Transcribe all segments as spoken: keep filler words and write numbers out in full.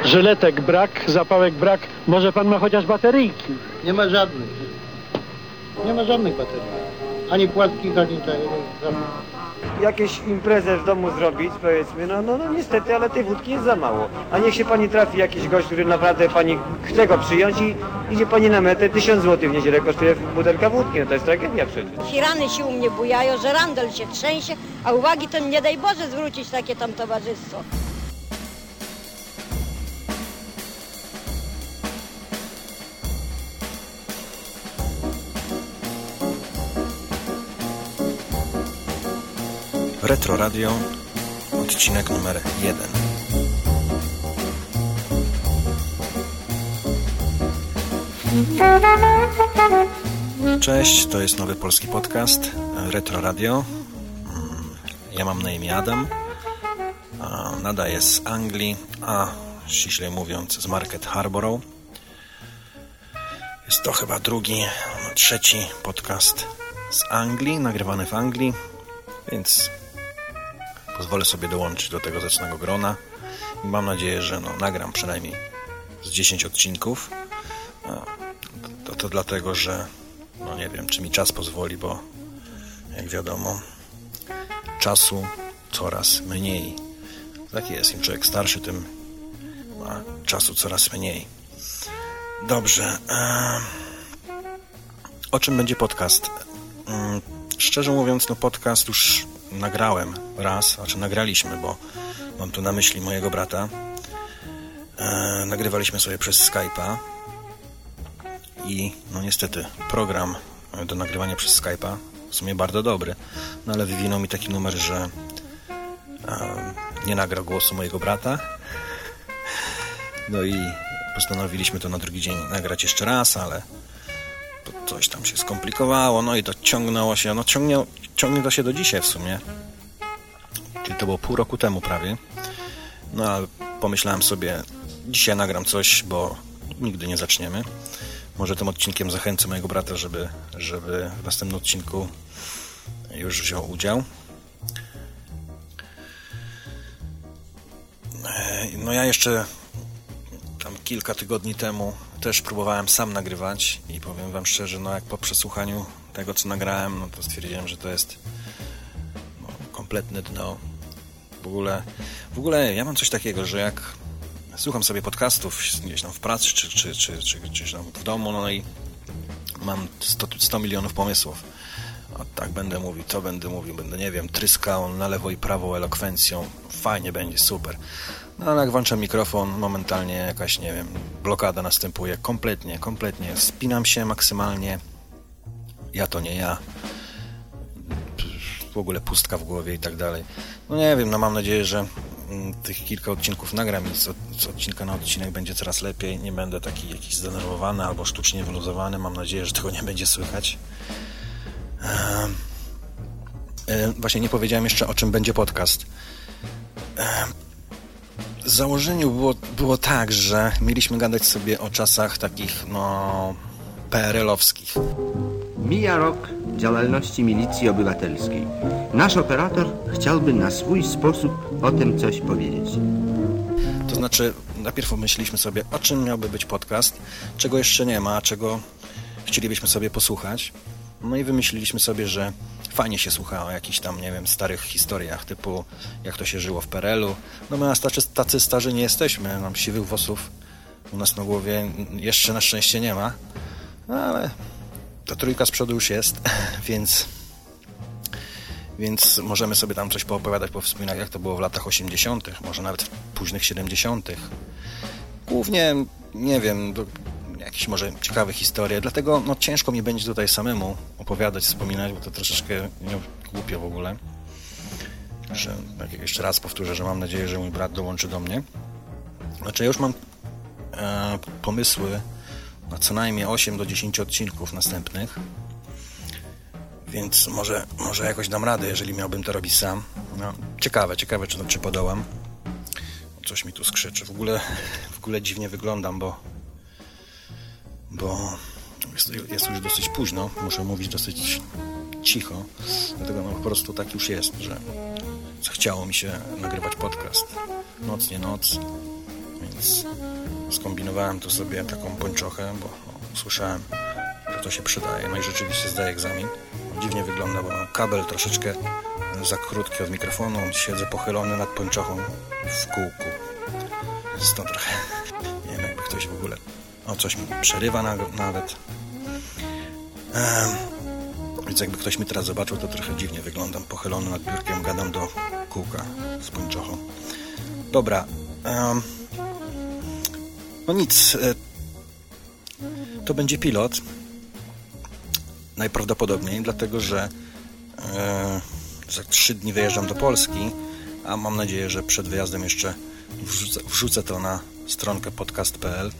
Żyletek brak, zapałek brak. Może pan ma chociaż bateryjki? Nie ma żadnych. Nie ma żadnych baterii. Ani płaskich, ani tego. Jakieś imprezę w domu zrobić, powiedzmy, no, no, no niestety, ale tej wódki jest za mało. A niech się pani trafi jakiś gość, który naprawdę pani chce go przyjąć i idzie pani na metę, tysiąc złotych w niedzielę kosztuje butelka wódki, no to jest tragedia przecież. Hirany się u mnie bujają, że randel się trzęsie, a uwagi to nie daj Boże zwrócić takie tam towarzystwo. Retro Radio, odcinek numer jeden. Cześć, to jest nowy polski podcast Retro Radio. Ja mam na imię Adam. Nadaję z Anglii, a ściślej mówiąc z Market Harborough. Jest to chyba drugi, trzeci podcast z Anglii, nagrywany w Anglii, więc pozwolę sobie dołączyć do tego zacnego grona i mam nadzieję, że no, nagram przynajmniej z dziesięć odcinków. To, to dlatego, że no nie wiem, czy mi czas pozwoli, bo jak wiadomo, czasu coraz mniej. Tak jest, im człowiek starszy, tym ma czasu coraz mniej. Dobrze. O czym będzie podcast? Szczerze mówiąc, no podcast już nagrałem raz, znaczy nagraliśmy, bo mam tu na myśli mojego brata. E, nagrywaliśmy sobie przez Skype'a i no niestety program do nagrywania przez Skype'a w sumie bardzo dobry, no ale wywinął mi taki numer, że e, nie nagrał głosu mojego brata. No i postanowiliśmy to na drugi dzień nagrać jeszcze raz, ale to coś tam się skomplikowało, no i to ciągnęło się, no ciągnie, ciągnie to się do dzisiaj w sumie. Czyli to było pół roku temu prawie. No ale pomyślałem sobie, dzisiaj nagram coś, bo nigdy nie zaczniemy. Może tym odcinkiem zachęcę mojego brata, żeby, żeby w następnym odcinku już wziął udział. No ja jeszcze tam kilka tygodni temu też próbowałem sam nagrywać i powiem wam szczerze, no jak po przesłuchaniu tego, co nagrałem, no to stwierdziłem, że to jest no, kompletne dno. W ogóle, w ogóle ja mam coś takiego, że jak słucham sobie podcastów gdzieś tam w pracy czy, czy, czy, czy, czy tam w domu, no i mam sto milionów pomysłów. A tak będę mówił, co będę mówił, będę, nie wiem, tryskał na lewo i prawo elokwencją, fajnie będzie, super. No ale jak włączam mikrofon, momentalnie jakaś, nie wiem, blokada następuje, kompletnie, kompletnie, spinam się maksymalnie, ja to nie ja, w ogóle pustka w głowie i tak dalej. No nie wiem, no mam nadzieję, że tych kilka odcinków nagram i z, z odcinka na odcinek będzie coraz lepiej, nie będę taki jakiś zdenerwowany albo sztucznie wyluzowany, mam nadzieję, że tego nie będzie słychać. Ehm, e, właśnie nie powiedziałem jeszcze, o czym będzie podcast. Ehm, w założeniu było, było tak, że mieliśmy gadać sobie o czasach takich, no, P R L-owskich. Mija rok działalności Milicji Obywatelskiej. Nasz operator chciałby na swój sposób o tym coś powiedzieć. To znaczy, najpierw pomyśleliśmy sobie, o czym miałby być podcast, czego jeszcze nie ma, czego chcielibyśmy sobie posłuchać. No i wymyśliliśmy sobie, że fajnie się słucha o jakichś tam, nie wiem, starych historiach, typu jak to się żyło w P R L-u. No my tacy, tacy starzy nie jesteśmy, nam siwych włosów u nas na głowie jeszcze na szczęście nie ma, no ale ta trójka z przodu już jest, więc więc możemy sobie tam coś poopowiadać, powspominać, jak to było w latach osiemdziesiątych, może nawet w późnych siedemdziesiątych. Głównie, nie wiem, jakieś może ciekawe historie, dlatego no, ciężko mi będzie tutaj samemu opowiadać, wspominać, bo to troszeczkę nie, głupio w ogóle. Że, tak jeszcze raz powtórzę, że mam nadzieję, że mój brat dołączy do mnie. Znaczy ja już mam e, pomysły na co najmniej osiem do dziesięciu odcinków następnych, więc może, może jakoś dam radę, jeżeli miałbym to robić sam. No, ciekawe, ciekawe, czy, czy podołam. Coś mi tu skrzyczy. W ogóle, w ogóle dziwnie wyglądam, bo bo jest, jest już dosyć późno, muszę mówić dosyć cicho, dlatego no po prostu tak już jest, że chciało mi się nagrywać podcast. Noc, nie noc, Więc skombinowałem tu sobie taką pończochę, bo no, słyszałem, że to się przydaje. No i rzeczywiście zdaję egzamin. Dziwnie wygląda, bo mam kabel troszeczkę za krótki od mikrofonu. Siedzę pochylony nad pończochą w kółku. Jest to trochę... Nie wiem, jakby ktoś w ogóle... O, coś mi przerywa nawet. Ehm, więc jakby ktoś mi teraz zobaczył, to trochę dziwnie wyglądam. Pochylony nad biurkiem, gadam do kółka z pończochą. Dobra. Ehm, no nic. E, to będzie pilot. Najprawdopodobniej, dlatego że e, za trzy dni wyjeżdżam do Polski, a mam nadzieję, że przed wyjazdem jeszcze wrzucę, wrzucę to na stronkę podcast kropka p l.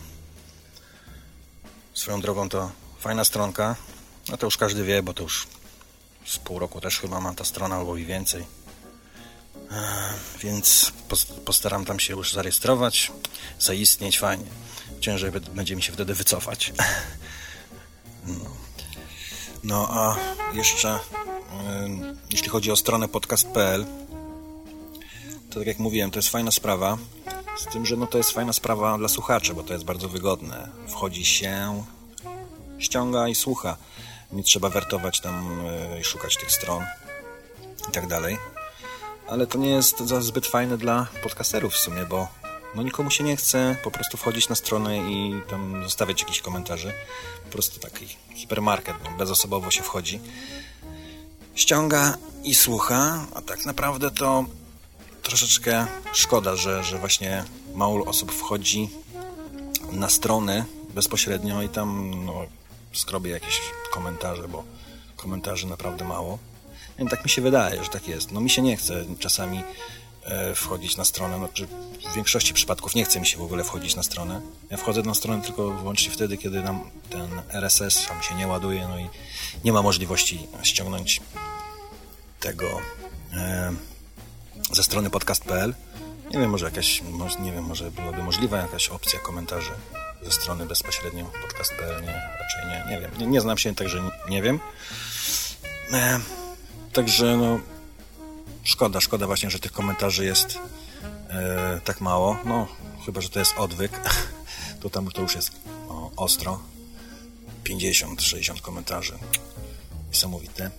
Swoją drogą to fajna stronka, no to już każdy wie, bo to już z pół roku też chyba ma ta strona, albo i więcej. E, więc postaram tam się już zarejestrować, zaistnieć fajnie. Ciężej będzie mi się wtedy wycofać. No. No a jeszcze yy, jeśli chodzi o stronę podcast kropka p l, to tak jak mówiłem, to jest fajna sprawa, z tym, że no to jest fajna sprawa dla słuchaczy, bo to jest bardzo wygodne. Wchodzi się, ściąga i słucha. Nie trzeba wertować tam i yy, szukać tych stron i tak dalej. Ale to nie jest za zbyt fajne dla podcasterów w sumie, bo no nikomu się nie chce po prostu wchodzić na stronę i tam zostawiać jakieś komentarze. Po prostu taki hipermarket, no, bezosobowo się wchodzi, ściąga i słucha, a tak naprawdę to troszeczkę szkoda, że, że właśnie mało osób wchodzi na stronę bezpośrednio i tam no, skrobie jakieś komentarze, bo komentarzy naprawdę mało. I tak mi się wydaje, że tak jest. No mi się nie chce czasami e, wchodzić na stronę, no, czy w większości przypadków nie chce mi się w ogóle wchodzić na stronę. Ja wchodzę na stronę tylko wyłącznie wtedy, kiedy nam ten R S S tam się nie ładuje, no i nie ma możliwości ściągnąć tego e, ze strony podcast kropka p l. Nie wiem, może jakaś, nie wiem, może byłaby możliwa jakaś opcja komentarzy ze strony bezpośrednio podcast kropka p l, nie, raczej nie, nie wiem. Nie, nie znam się, także nie, nie wiem. E, także no szkoda, szkoda właśnie, że tych komentarzy jest e, tak mało. No, chyba że to jest odwyk. To tam to już jest o, ostro. pięćdziesiąt sześćdziesiąt komentarzy. Niesamowite.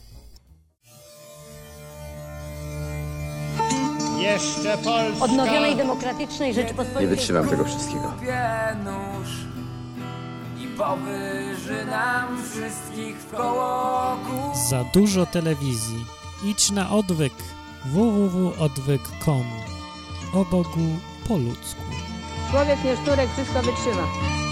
Jeszcze Polska! Odnowionej demokratycznej Rzeczypospolitej. Nie wytrzymam tego wszystkiego. nóż i powyży nam wszystkich w koło kół. Za dużo telewizji. Idź na odwyk. w w w kropka odwyk kropka com. O Bogu po ludzku. Człowiek nie szturek, wszystko wytrzyma.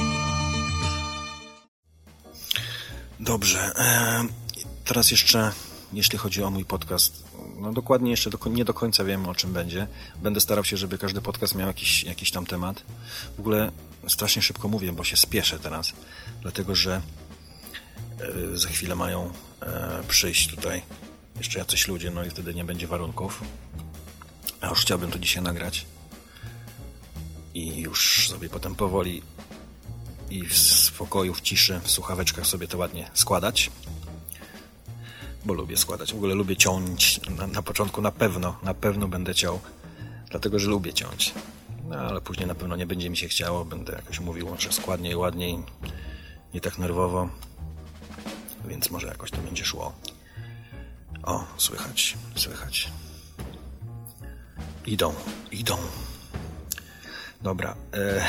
Dobrze. E, teraz jeszcze, jeśli chodzi o mój podcast, no dokładnie jeszcze do, nie do końca wiem, o czym będzie. Będę starał się, żeby każdy podcast miał jakiś, jakiś tam temat. W ogóle strasznie szybko mówię, bo się spieszę teraz, dlatego że e, za chwilę mają e, przyjść tutaj jeszcze jacyś ludzie, no i wtedy nie będzie warunków. A już chciałbym to dzisiaj nagrać i już sobie potem powoli i w spokoju, w ciszy, w słuchaweczkach sobie to ładnie składać, bo lubię składać, w ogóle lubię ciąć. Na, na początku na pewno, na pewno będę ciął, dlatego że lubię ciąć, no ale później na pewno nie będzie mi się chciało, będę jakoś mówił, że składniej, ładniej, nie tak nerwowo, więc może jakoś to będzie szło. O, słychać, słychać. Idą, idą. Dobra. E...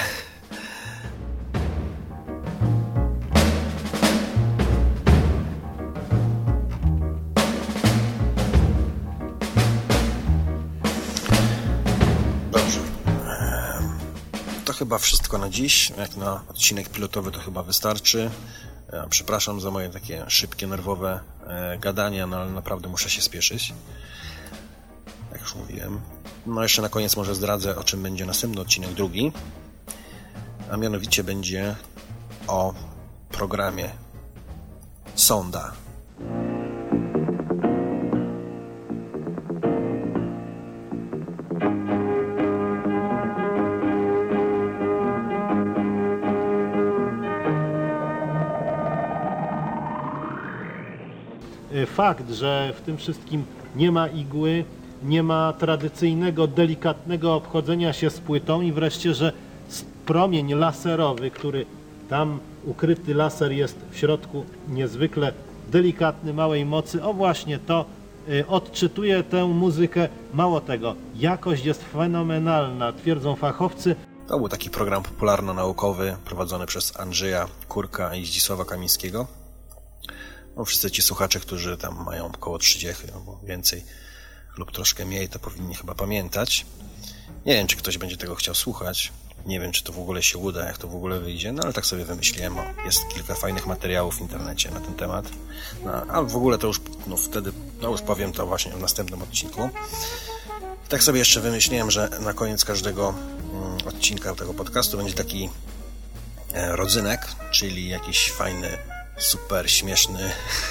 Dobrze. E... To chyba wszystko na dziś. Jak na odcinek pilotowy to chyba wystarczy. E... Przepraszam za moje takie szybkie, nerwowe e... gadanie, no ale naprawdę muszę się spieszyć. Jak już mówiłem. No jeszcze na koniec może zdradzę, o czym będzie następny odcinek, drugi. A mianowicie będzie o programie Sonda. Fakt, że w tym wszystkim nie ma igły, nie ma tradycyjnego, delikatnego obchodzenia się z płytą i wreszcie, że promień laserowy, który tam ukryty laser jest w środku niezwykle delikatny, małej mocy, o właśnie to y, odczytuje tę muzykę. Mało tego, jakość jest fenomenalna, twierdzą fachowcy. To był taki program popularno-naukowy prowadzony przez Andrzeja Kurka i Zdzisława Kamińskiego. No, wszyscy ci słuchacze, którzy tam mają około trzydzieści albo więcej lub troszkę mniej, to powinni chyba pamiętać. Nie wiem, czy ktoś będzie tego chciał słuchać. Nie wiem, czy to w ogóle się uda, jak to w ogóle wyjdzie, no ale tak sobie wymyśliłem. O, jest kilka fajnych materiałów w internecie na ten temat. No, a w ogóle to już no, wtedy, no już powiem to właśnie w następnym odcinku. Tak sobie jeszcze wymyśliłem, że na koniec każdego mm, odcinka tego podcastu będzie taki e, rodzynek, czyli jakiś fajny, super śmieszny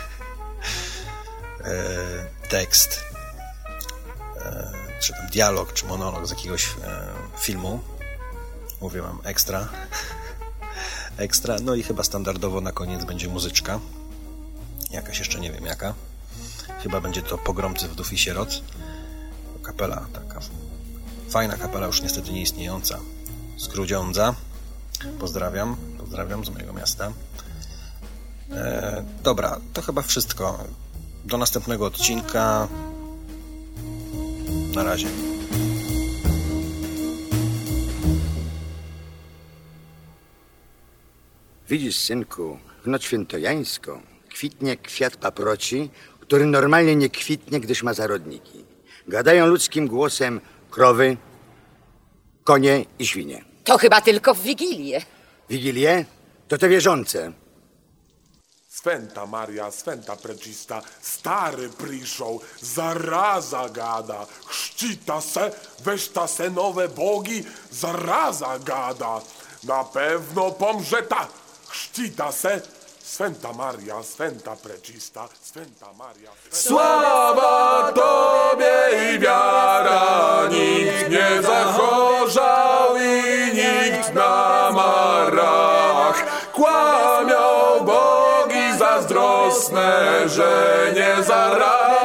e, tekst, e, czy tam dialog, czy monolog z jakiegoś e, filmu. Mówię wam ekstra. Ekstra. No i chyba standardowo na koniec będzie muzyczka. Jakaś jeszcze nie wiem jaka. Chyba będzie to Pogromcy Wdów i Sierot. Kapela taka. Fajna kapela, już niestety nieistniejąca. Z Grudziądza. Pozdrawiam. Pozdrawiam z mojego miasta. E, dobra, to chyba wszystko. Do następnego odcinka. Na razie. Widzisz, synku, w noc świętojańską kwitnie kwiat paproci, który normalnie nie kwitnie, gdyż ma zarodniki. Gadają ludzkim głosem krowy, konie i świnie. To chyba tylko w Wigilię. Wigilię? To te wierzące. Sventa Maria, Sventa Precista, stary priszł, zaraza gada, chrzcita se, weźta se nowe bogi, zaraza gada. Na pewno pomrze ta, chrzcita se, Sventa Maria, Sventa Precista, Sventa Maria. Sława Tobie i wiara, nikt nie zachorzał i nikt na marach. Kłamią bogi zazdrosne, że nie zaraz.